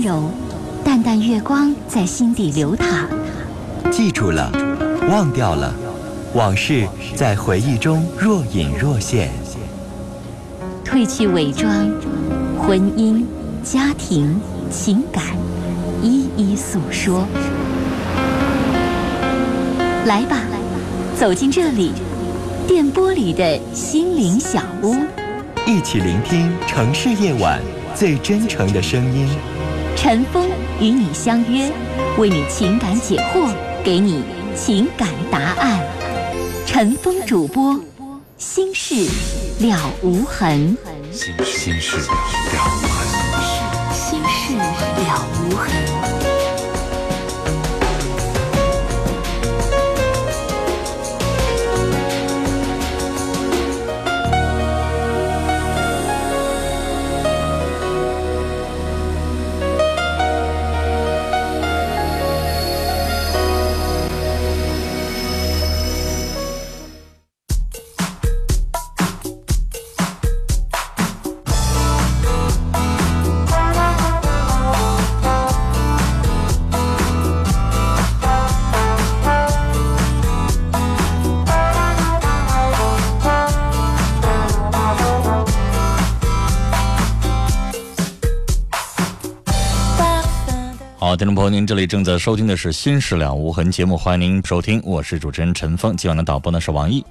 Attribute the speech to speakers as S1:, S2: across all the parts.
S1: 柔，淡淡月光在心底流淌。
S2: 记住了，忘掉了，往事在回忆中若隐若现。
S1: 褪去伪装，婚姻、家庭、情感，一一诉说。来吧，走进这里，电波里的心灵小屋，
S2: 一起聆听城市夜晚最真诚的声音。
S1: 陈峰与你相约，为你情感解惑，给你情感答案。陈峰主播，心事了无痕。
S3: 心事了无痕。
S1: 心事了无痕。
S3: 好，听众朋友，您这里正在收听的是《心事了无痕》节目，欢迎您收听，我是主持人陈峰。今晚的导播呢是王毅。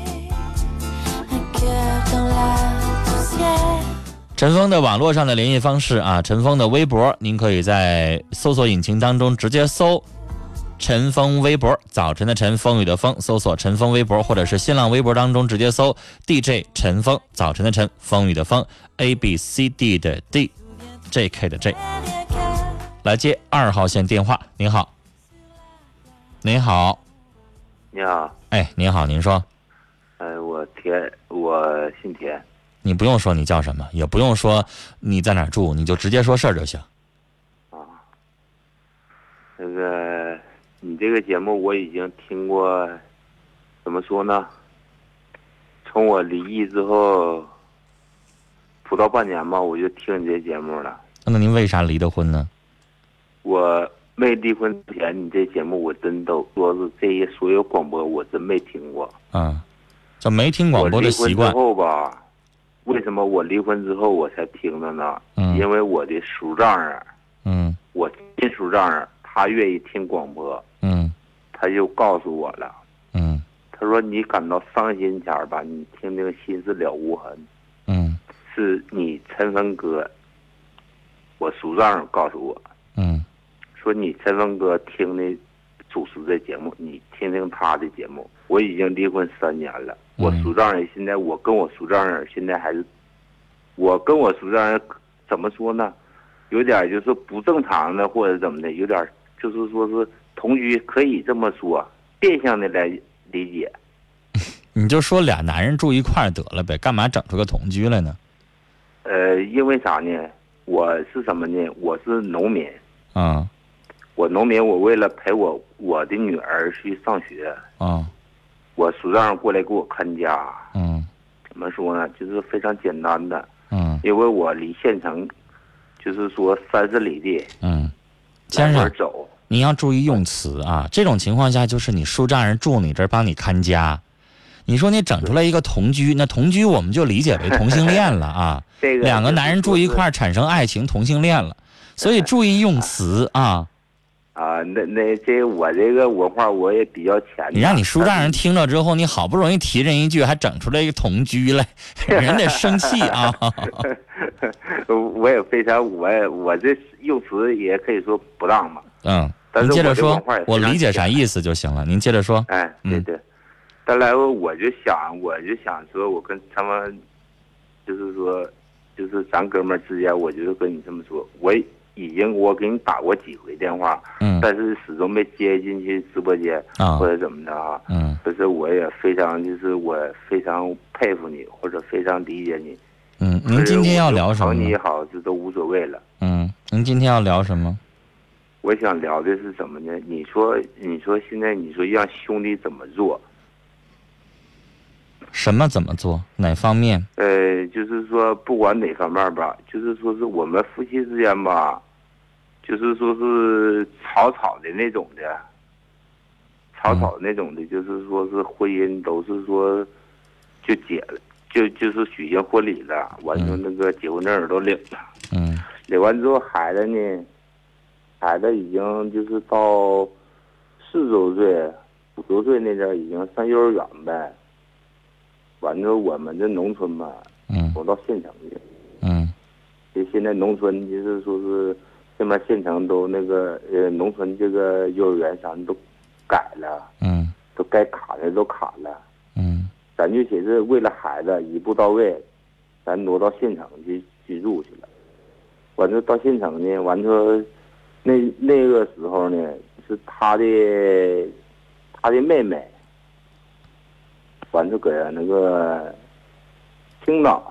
S3: 陈峰的网络上的联系方式啊，陈峰的微博，您可以在搜索引擎当中直接搜陈峰微博，早晨的晨，风雨的风，搜索陈峰微博，或者是新浪微博当中直接搜 DJ 陈峰，早晨的晨，风雨的风 ABCD 的 D，JK 的 J。来接2号线电话。您好。您好。
S4: 你好。
S3: 哎，您好，您说。
S4: 我姓田。
S3: 你不用说你叫什么，也不用说你在哪儿住，你就直接说事儿就行。
S4: 啊，你这个节目我已经听过，怎么说呢？从我离异之后，不到半年吧，我就听你这节目了。
S3: 那您为啥离的婚呢？
S4: 我没离婚之前，你这节目我真都说是这些所有广播我真没听过。
S3: 就没听广播的习惯。
S4: 我离婚之后吧，为什么我离婚之后我才听的呢？因为我的叔丈人，我亲叔丈人，他愿意听广播，他就告诉我了，他说你感到伤心前吧，你听听《心事了无痕》，是你陈峰哥，我叔丈人告诉我，说你陈峰哥听的主持这节目，你听听他的节目。我已经离婚3年了，我叔丈人现在，我跟我叔丈人现在还是，我跟我叔丈人怎么说呢？有点就是不正常的，或者怎么的，有点就是说是同居，可以这么说，变相的来理解。
S3: 你就说俩男人住一块儿得了呗，干嘛整出个同居来呢？
S4: 因为啥呢？我是什么呢？我是农民。我农民，我为了陪我的女儿去上学，我叔丈人过来给我看家，怎么说呢？就是非常简单的，因为我离县城，就是说30里地，
S3: 先生
S4: 走，
S3: 你要注意用词啊。这种情况下，就是你叔丈人住你这儿帮你看家，你说你整出来一个同居，那同居我们就理解为同性恋了啊。两个男人住一块儿产生爱情，同性恋了，所以注意用词啊。
S4: 这我这个文化我也比较浅。
S3: 你让你叔丈人听了之后，你好不容易提人一句，还整出来一个同居来，人得生气啊。
S4: 我也非常，我这用词也可以说不当嘛。
S3: 您接着说，我理解啥意思就行了。您接着说。
S4: 哎，对。当然我就想说，我跟他们，就是说，就是咱哥们儿之间，我就跟你这么说，我给你打过几回电话，但是始终没接进去直播间，或者怎么的啊。可是我也非常，就是我非常佩服你，或者非常理解你。
S3: 您今天要聊什么？
S4: 你也好，这都无所谓了。
S3: 您今天要聊什么？
S4: 我想聊的是什么呢？你说现在你说让兄弟怎么做？
S3: 什么怎么做？哪方面？
S4: 就是说不管哪方面吧，就是说是我们夫妻之间吧， 就是说是草的那种的，草那种的，就是说是婚姻都是说就结了，就是举行婚礼了，完了那个结婚证都领了，领完之后孩子呢，孩子已经就是到4周岁、5周岁那阵已经上幼儿园呗，完了我们这农村嘛，都到县城去，就现在农村就是说是。这边县城都那个农村这个幼儿园啥的都改了，都该卡的都卡了，咱就寻思为了孩子一步到位，咱挪到县城去居住去了。完了到县城呢，完了那个时候呢是他的妹妹，完了搁那个青岛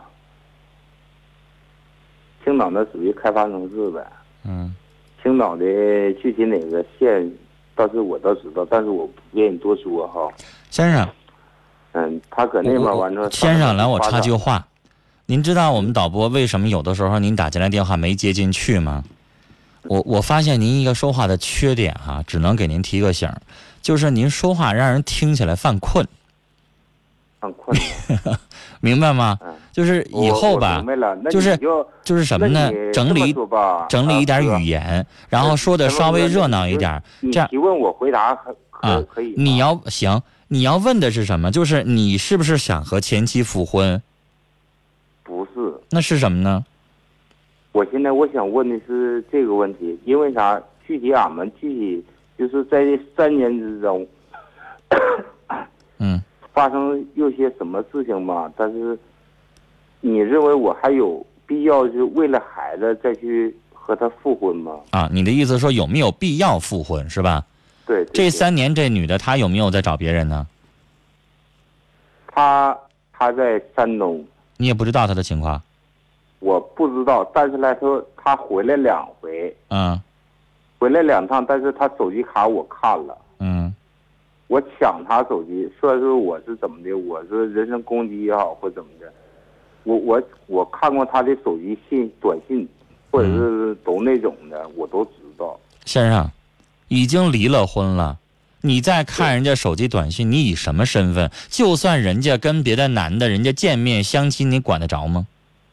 S4: 那属于开发城市呗。青岛的具体哪个县，我倒知道，但是我不愿意多说哈。
S3: 先生，
S4: 他搁那边完了。
S3: 先生，来我插句话，您知道我们导播为什么有的时候您打进来电话没接进去吗？我发现您一个说话的缺点哈，只能给您提个醒，就是您说话让人听起来犯困。明白吗？就是以后吧，就是什么呢？整理一点语言，然后说的稍微热闹一点。这样
S4: 提问我回答可以。
S3: 你要问的是什么？就是你是不是想和前妻复婚？
S4: 不是。
S3: 那是什么呢？
S4: 我现在我想问的是这个问题，因为啥？俺们就是在这3年之中，发生有些什么事情吧，但是你认为我还有必要就为了孩子再去和他复婚吗？
S3: 你的意思说有没有必要复婚是吧？
S4: 对。
S3: 这3年这女的她有没有在找别人呢？
S4: 她在山东。
S3: 你也不知道她的情况？
S4: 我不知道，但是来说她回来2回。回来2趟，但是她手机卡我看了。我抢他手机，说是我是怎么的，我是人身攻击也好或怎么的，我看过他的手机短信，或者是都那种的，我都知道。
S3: 先生，已经离了婚了，你再看人家手机短信，你以什么身份？就算人家跟别的男的，人家见面相亲，你管得着吗？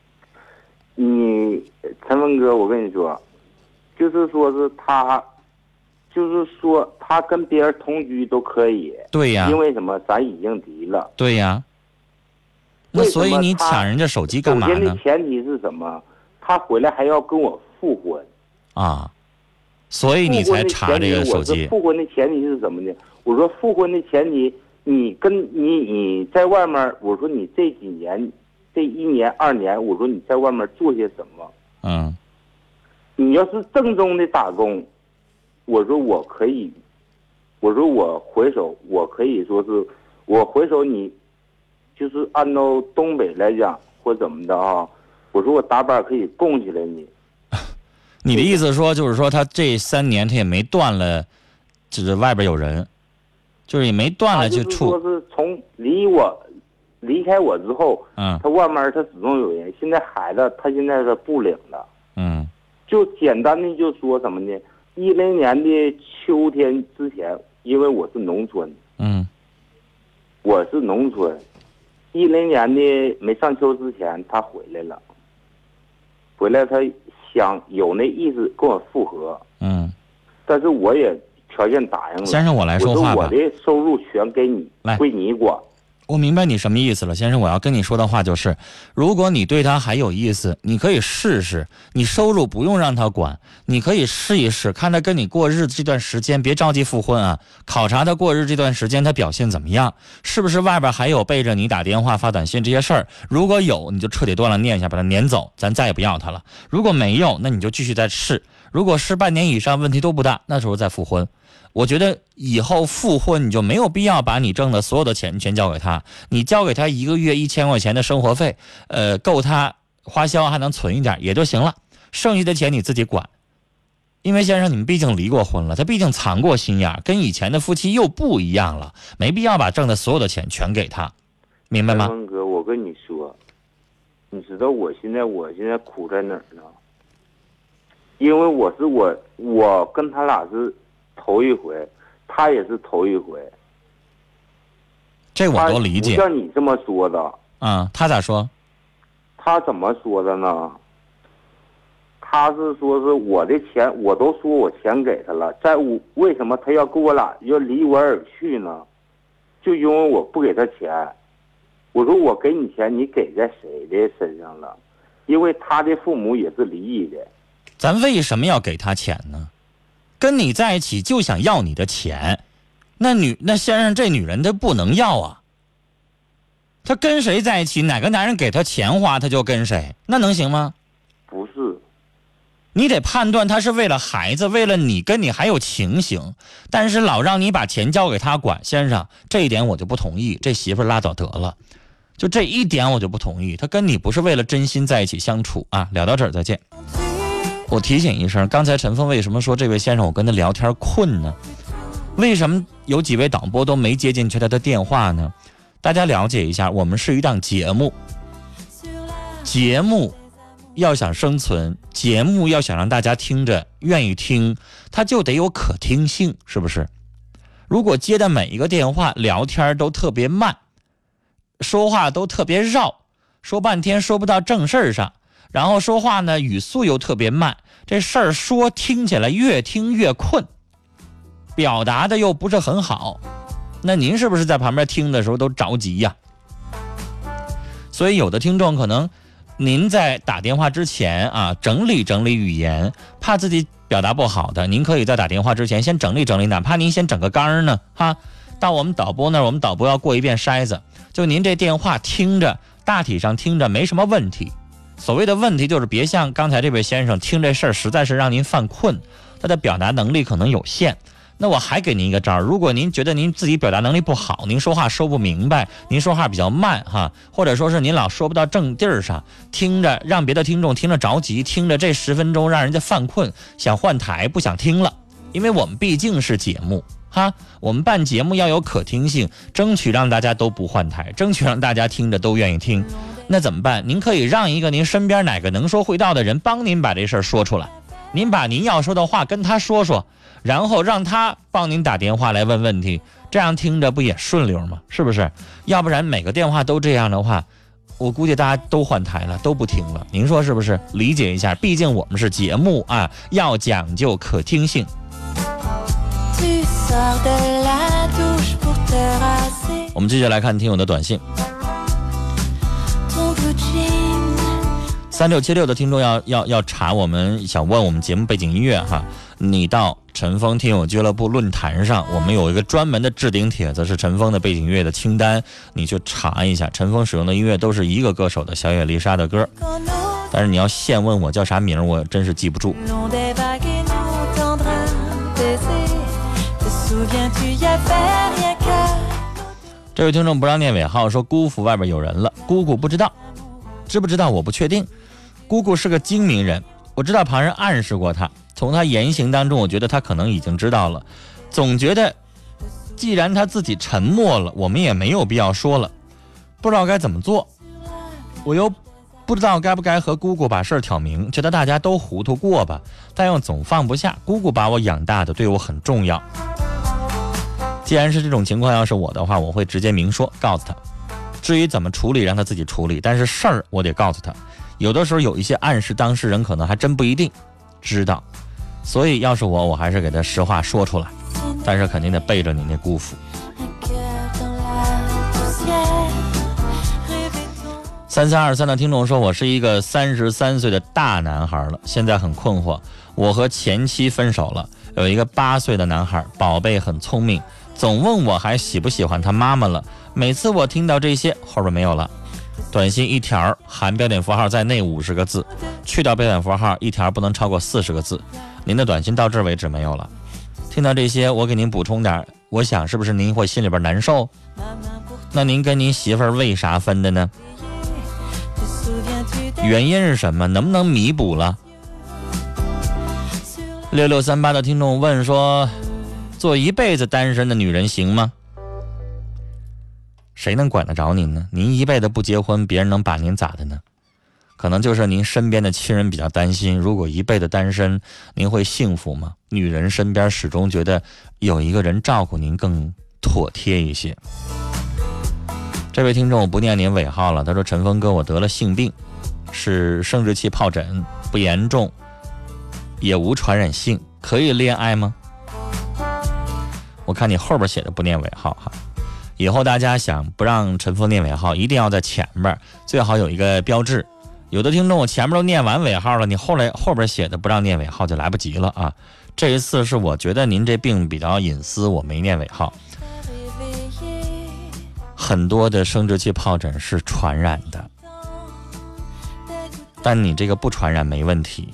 S4: 陈文哥，我跟你说，就是说是他。就是说，他跟别人同居都可以。
S3: 对呀。
S4: 因为什么？咱已经离了。
S3: 对呀。那所以你抢人家手机干嘛呢？
S4: 首先的前提是什么？他回来还要跟我复婚。
S3: 所以你才查这个手机。
S4: 复婚的前提是什么呢？我说复婚的前提，你在外面，我说你这几年，这1年2年，我说你在外面做些什么？你要是正宗的打工。我说我可以，我说我回手，我可以说是我回手你，就是按照东北来讲或怎么的啊，我说我打板可以供起来你。
S3: 你的意思说就是说他这3年他也没断了，就是外边有人，就是也没断了就处。
S4: 说是从离开我之后，他外面他始终有人。现在孩子他现在是不领了。就简单的就说什么呢？10年的秋天之前，因为我是农村，我是农村，10年的没上秋之前，他回来了，回来他想有那意思跟我复合，但是我也条件答应了。
S3: 先生，我来说话吧。
S4: 我的收入全给你，归你管。
S3: 我明白你什么意思了，先生，我要跟你说的话就是，如果你对他还有意思，你可以试试，你收入不用让他管，你可以试一试，看他跟你过日子这段时间，别着急复婚啊，考察他过日这段时间他表现怎么样，是不是外边还有背着你打电话发短信这些事儿，如果有，你就彻底断了念一下，把他撵走，咱再也不要他了。如果没有，那你就继续再试，如果是半年以上问题都不大，那时候再复婚。我觉得以后复婚你就没有必要把你挣的所有的钱全交给他，你交给他1个月1000块钱的生活费，够他花销还能存一点也就行了，剩下的钱你自己管。因为先生你们毕竟离过婚了，他毕竟藏过心眼，跟以前的夫妻又不一样了，没必要把挣的所有的钱全给他，明白吗？
S4: 文哥，我跟你说，你知道我现在苦在哪儿呢？ 因为我跟他俩是头一回，他也是头一回。
S3: 这我都理解。
S4: 不像你这么说的。
S3: 啊，他咋说？
S4: 他怎么说的呢？他是说是我的钱，我都说我钱给他了，为什么他要跟我俩要离我而去呢？就因为我不给他钱。我说我给你钱，你给在谁的身上了？因为他的父母也是离异的。
S3: 咱为什么要给他钱呢？跟你在一起就想要你的钱，那先生这女人她不能要啊。她跟谁在一起，哪个男人给她钱花，她就跟谁，那能行吗？
S4: 不是。
S3: 你得判断他是为了孩子，为了你，跟你还有情形，但是老让你把钱交给他管，先生，这一点我就不同意。这媳妇拉倒得了，就这一点我就不同意。他跟你不是为了真心在一起相处啊！聊到这儿再见。我提醒一声，刚才陈峰为什么说这位先生我跟他聊天困呢？为什么有几位导播都没接进去他的电话呢？大家了解一下，我们是一档节目，节目要想生存，节目要想让大家听着愿意听，它就得有可听性，是不是？如果接的每一个电话聊天都特别慢，说话都特别绕，说半天说不到正事儿上，然后说话呢语速又特别慢，这事儿说听起来越听越困，表达的又不是很好，那您是不是在旁边听的时候都着急呀？所以有的听众可能您在打电话之前啊，整理整理语言，怕自己表达不好的，您可以在打电话之前先整理整理，哪怕您先整个杆呢，哈，到我们导播那儿，我们导播要过一遍筛子，就您这电话听着，大体上听着没什么问题。所谓的问题就是别像刚才这位先生听这事儿实在是让您犯困，他的表达能力可能有限。那我还给您一个招儿，如果您觉得您自己表达能力不好，您说话说不明白，您说话比较慢哈，或者说是您老说不到正地儿上，听着让别的听众听着着急，听着这10分钟让人家犯困，想换台不想听了。因为我们毕竟是节目哈，我们办节目要有可听性，争取让大家都不换台，争取让大家听着都愿意听。那怎么办？您可以让一个您身边哪个能说会道的人帮您把这事儿说出来，您把您要说的话跟他说说，然后让他帮您打电话来问问题，这样听着不也顺溜吗？是不是？要不然每个电话都这样的话，我估计大家都换台了，都不听了。您说是不是？理解一下，毕竟我们是节目啊，要讲究可听性。我们继续来看听友的短信。3676的听众要查，我们想问我们节目背景音乐哈，你到陈峰听友俱乐部论坛上，我们有一个专门的置顶帖子，是陈峰的背景音乐的清单，你去查一下。陈峰使用的音乐都是一个歌手的小野丽莎的歌，但是你要现问我叫啥名，我真是记不住。这位听众不让念尾号，说姑父外边有人了，姑姑不知道，知不知道我不确定。姑姑是个精明人，我知道旁人暗示过他，从他言行当中我觉得他可能已经知道了，总觉得既然他自己沉默了，我们也没有必要说了，不知道该怎么做，我又不知道该不该和姑姑把事儿挑明，觉得大家都糊涂过吧，但又总放不下，姑姑把我养大的，对我很重要。既然是这种情况，要是我的话，我会直接明说，告诉他，至于怎么处理让他自己处理，但是事儿我得告诉他。有的时候有一些暗示，当事人可能还真不一定知道，所以要是我还是给他实话说出来，但是肯定得背着你那姑父。3323的听众说，我是一个33岁的大男孩了，现在很困惑，我和前妻分手了，有一个8岁的男孩，宝贝很聪明，总问我还喜不喜欢他妈妈了，每次我听到这些后边没有了，短信一条含标点符号在内50个字，去掉标点符号一条不能超过40个字。您的短信到这为止没有了。听到这些我给您补充点，我想是不是您会心里边难受？那您跟您媳妇儿为啥分的呢？原因是什么？能不能弥补了？6638的听众问说，做一辈子单身的女人行吗？谁能管得着您呢？您一辈子不结婚，别人能把您咋的呢？ 可能就是您身边的亲人比较担心，如果一辈子单身，您会幸福吗？女人身边始终觉得有一个人照顾您更妥帖一些。这位听众，我不念您尾号了，他说陈峰哥，我得了性病，是生殖器疱疹，不严重，也无传染性，可以恋爱吗？我看你后边写的不念尾号哈，以后大家想不让陈峰念尾号，一定要在前边，最好有一个标志。有的听众我前面都念完尾号了，你后边写的不让念尾号就来不及了啊。这一次是我觉得您这病比较隐私，我没念尾号。很多的生殖器疱疹是传染的，但你这个不传染没问题。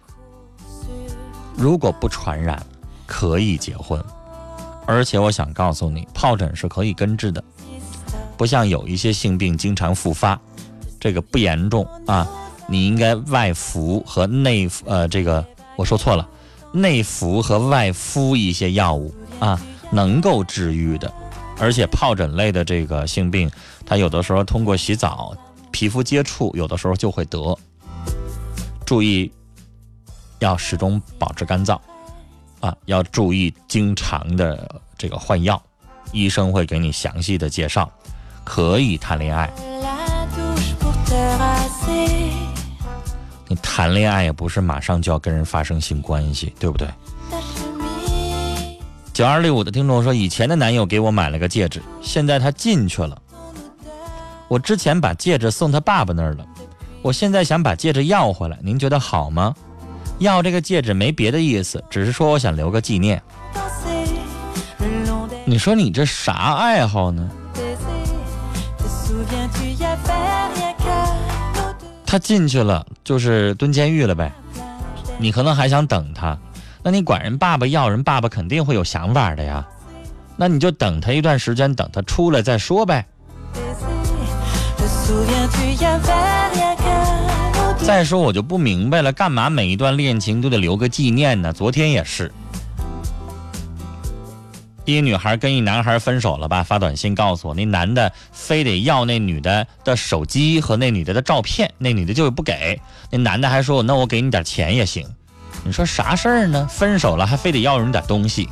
S3: 如果不传染，可以结婚。而且我想告诉你，疱疹是可以根治的，不像有一些性病经常复发，这个不严重啊。你应该外服和内这个我说错了，内服和外敷一些药物啊，能够治愈的。而且疱疹类的这个性病，它有的时候通过洗澡、皮肤接触，有的时候就会得。注意要始终保持干燥啊，要注意经常的这个换药，医生会给你详细的介绍，可以谈恋爱。你谈恋爱也不是马上就要跟人发生性关系，对不对？9265的听众说，以前的男友给我买了个戒指，现在他进去了，我之前把戒指送他爸爸那儿了，我现在想把戒指要回来，您觉得好吗？要这个戒指没别的意思，只是说我想留个纪念。你说你这啥爱好呢？他进去了就是蹲监狱了呗，你可能还想等他，那你管人爸爸要，人爸爸肯定会有想法的呀，那你就等他一段时间，等他出来再说呗。再说我就不明白了，干嘛每一段恋情都得留个纪念呢？昨天也是，一女孩跟一男孩分手了吧，发短信告诉我，那男的非得要那女的的手机和那女的的照片，那女的就不给，那男的还说那我给你点钱也行。你说啥事儿呢？分手了还非得要人点东西。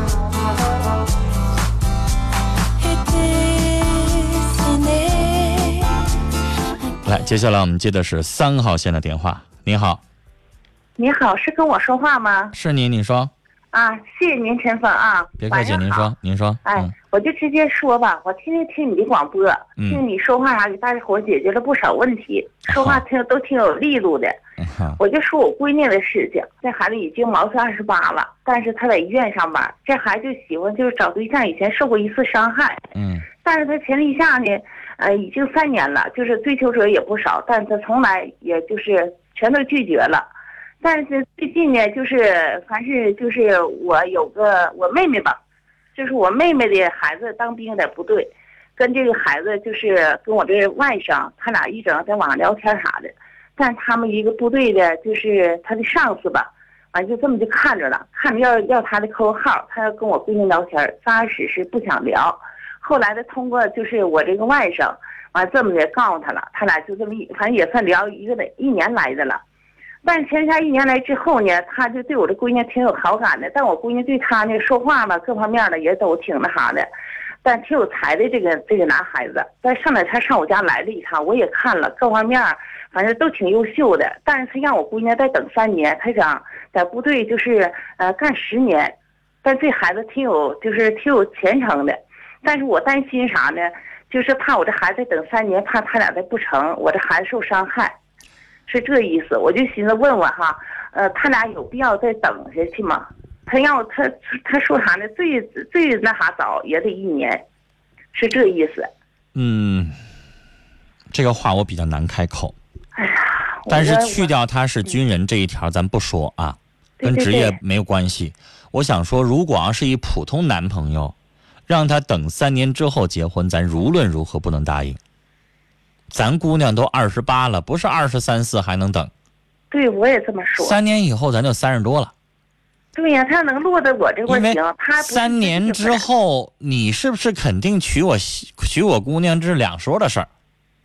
S3: 来，接下来我们接的是3号线的电话。你好。
S5: 你好，是跟我说话吗？
S3: 是你，你说。
S5: 啊，谢谢您，陈峰啊。
S3: 别客气，您说，您说。
S5: 我就直接说吧，我天天听你的广播，听你说话啥，给大家伙解决了不少问题，说话都挺有力度的。我就说我闺女的事情，这孩子已经毛岁28了，但是他在医院上班，这孩子就喜欢就是找对象，以前受过一次伤害，但是他前立夏呢，已经3年了，就是追求者也不少，但他从来也就是全都拒绝了。但是最近呢，就是凡是就是我有个我妹妹吧，就是我妹妹的孩子当兵在部队，跟这个孩子就是跟我这外甥，他俩一整在网上聊天啥的。但他们一个部队的，就是他的上司吧，完就这么就看着了，看着要他的 QQ 号，他要跟我闺女聊天，刚开始是不想聊，后来的通过就是我这个外甥，完这么的告诉他了，他俩就这么反正也算聊1年来的了。但前下1年来之后呢，他就对我这闺女挺有好感的，但我闺女对他呢说话吧各方面的也都挺那啥的，但挺有才的这个男孩子。但上来他上我家来了一趟，我也看了各方面，反正都挺优秀的。但是他让我闺女再等3年，他想在部队就是干10年，但这孩子挺有前程的。但是我担心啥呢？就是怕我这孩子再等3年，怕他俩再不成，我这孩子受伤害。是这意思，我就寻思问问哈，他俩有必要再等下去吗？他说啥呢？最那啥早也得1年，是这意思。
S3: 这个话我比较难开口。
S5: 哎呀，
S3: 但是去掉他是军人这一条咱不说啊，跟职业没有关系。我想说，如果要是一普通男朋友，让他等3年之后结婚，咱无论如何不能答应。咱姑娘都28了，不是23、24还能等。
S5: 对，我也这么说。3
S3: 年以后咱就30多了。
S5: 对呀，他能落在我这块行。他
S3: 3年之后，你是不是肯定娶我姑娘，这是2说的事儿。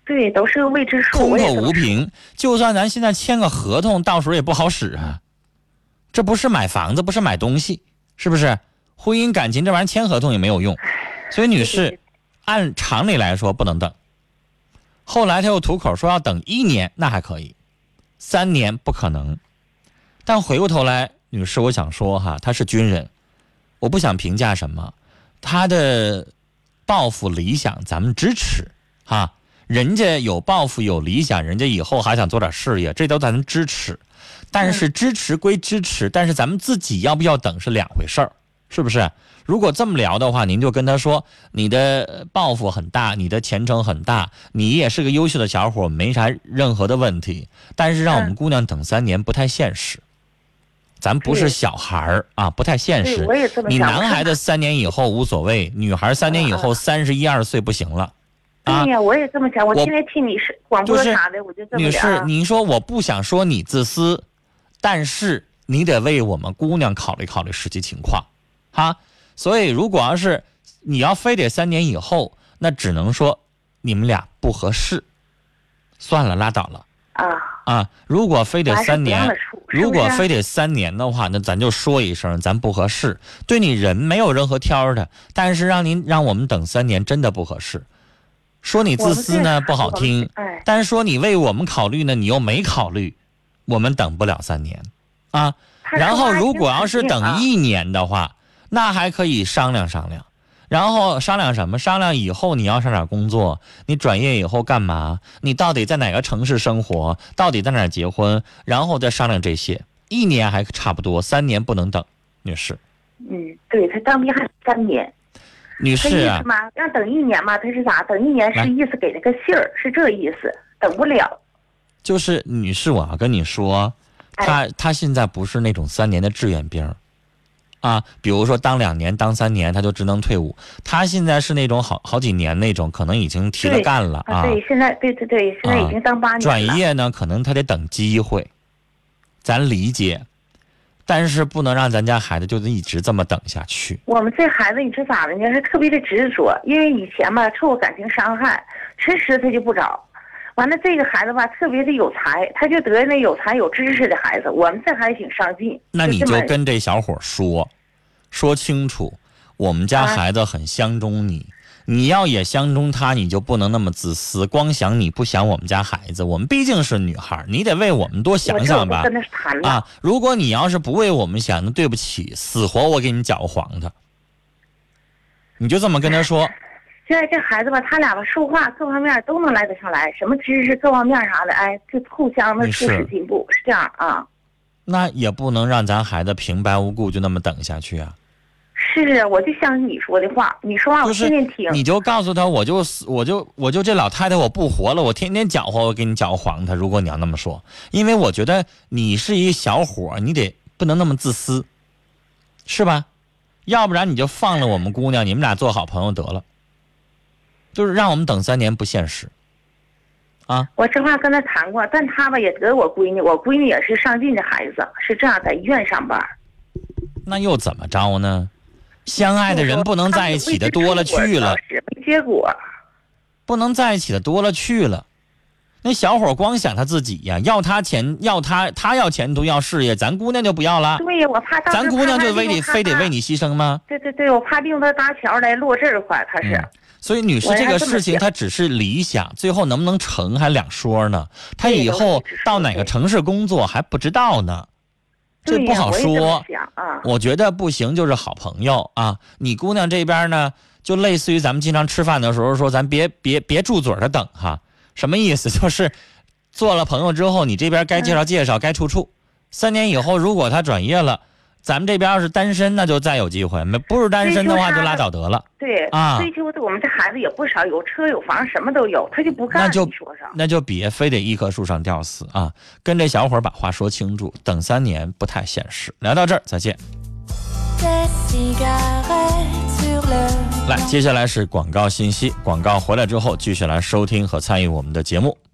S5: 对，都是个未知数，
S3: 空口无凭。就算咱现在签个合同，到时候也不好使啊。这不是买房子，不是买东西，是不是？婚姻感情这玩意儿签合同也没有用。所以女士，按常理来说不能等。后来他又吐口说要等1年，那还可以，3年不可能。但回过头来，女士，我想说哈，他是军人，我不想评价什么，他的抱负理想咱们支持哈。人家有抱负有理想，人家以后还想做点事业，这都咱们支持。但是支持归支持，但是咱们自己要不要等是2回事儿，是不是？如果这么聊的话，您就跟他说，你的抱负很大，你的前程很大，你也是个优秀的小伙，没啥任何的问题。但是让我们姑娘等3年不太现实，咱不是小孩啊，不太现实。你男孩子3年以后无所谓，女孩3年以后31、22岁不行了。
S5: 对呀，我也这么想。我天天听你广播啥的，我就这么想。
S3: 女士，您说我不想说你自私，但是你得为我们姑娘考虑考虑实际情况，哈。所以如果要是你要非得3年以后，那只能说你们俩不合适，算了，拉倒了。如果非得3年，如果非得3年的话，那咱就说一声，咱不合适。对你人没有任何挑的，但是让我们等3年真的不合适。说你自私呢不好听，但是说你为我们考虑呢，你又没考虑，我们等不了3年啊。然后如果要是等1年的话，那还可以商量商量。然后商量什么？商量以后你要上哪儿工作，你转业以后干嘛，你到底在哪个城市生活，到底在哪儿结婚，然后再商量这些。1年还差不多，3年不能等，女士。
S5: 对，他当兵还3年。
S3: 女士啊，
S5: 让等1年嘛，他是啥？等1年是意思给那个信儿，是这意思，等不了。
S3: 就是女士，我要跟你说，他现在不是那种3年的志愿兵啊，比如说当2年、当3年，他就只能退伍。他现在是那种好几年那种，可能已经提了干了啊。
S5: 对，现在对，现在已经当8年了。
S3: 转业呢，可能他得等机会，咱理解。但是不能让咱家孩子就一直这么等下去。
S5: 我们这孩子你说咋的呢？是特别的执着，因为以前吧受过感情伤害，迟迟他就不找。完了这个孩子吧特别的有才，他就得那有才有知识的孩子。我们这孩子挺上进。
S3: 那你就跟这小伙说清楚，我们家孩子很相中你。你要也相中他，你就不能那么自私，光想你不想我们家孩子。我们毕竟是女孩，你得为我们多想想吧。如果你要是不为我们想，那对不起，死活我给你搅和黄他。你就这么跟他说。
S5: 现在这孩子吧，他俩吧说话各方面都能来得上来，什么知识各方面啥的，就互相的促使进步，是这样啊。那
S3: 也不能让咱孩子平白无故就那么等下去啊。
S5: 是，我就相信你说的话，你说话我天天听。
S3: 你就告诉他，我就这老太太我不活了，我天天搅和，我给你搅和黄他。如果你要那么说，因为我觉得你是一小伙，你得不能那么自私，是吧？要不然你就放了我们姑娘，你们俩做好朋友得了。就是让我们等3年不现实，啊！
S5: 我这话跟他谈过，但他吧也得我闺女，我闺女也是上进的孩子，是这样在医院上班。
S3: 那又怎么着呢？相爱的人不能在一起的多了去了，
S5: 没结果，
S3: 不能在一起的多了去了。那小伙光想他自己呀，要他钱，他要前途要事业，咱姑娘就不要了。
S5: 对呀，我怕
S3: 咱姑娘就非得为你牺牲吗？
S5: 对，我怕利用他搭桥来落这块，他是。
S3: 所以女士，这个事情它只是理想，最后能不能成还两说呢。他以后到哪个城市工作还不知道呢，这不好说。我觉得不行就是好朋友啊。你姑娘这边呢，就类似于咱们经常吃饭的时候说，咱别住嘴的等哈。什么意思？就是做了朋友之后，你这边该介绍介绍，该处。3年以后，如果他转业了，咱们这边要是单身，那就再有机会；不是单身的话，就拉倒得了。
S5: 对啊，追求的我们这孩子也不少，有车有房，什么都有，他就不干。那就
S3: 别非得一棵树上吊死啊！跟这小伙把话说清楚，等3年不太现实。聊到这儿，再见。来，接下来是广告信息，广告回来之后继续来收听和参与我们的节目。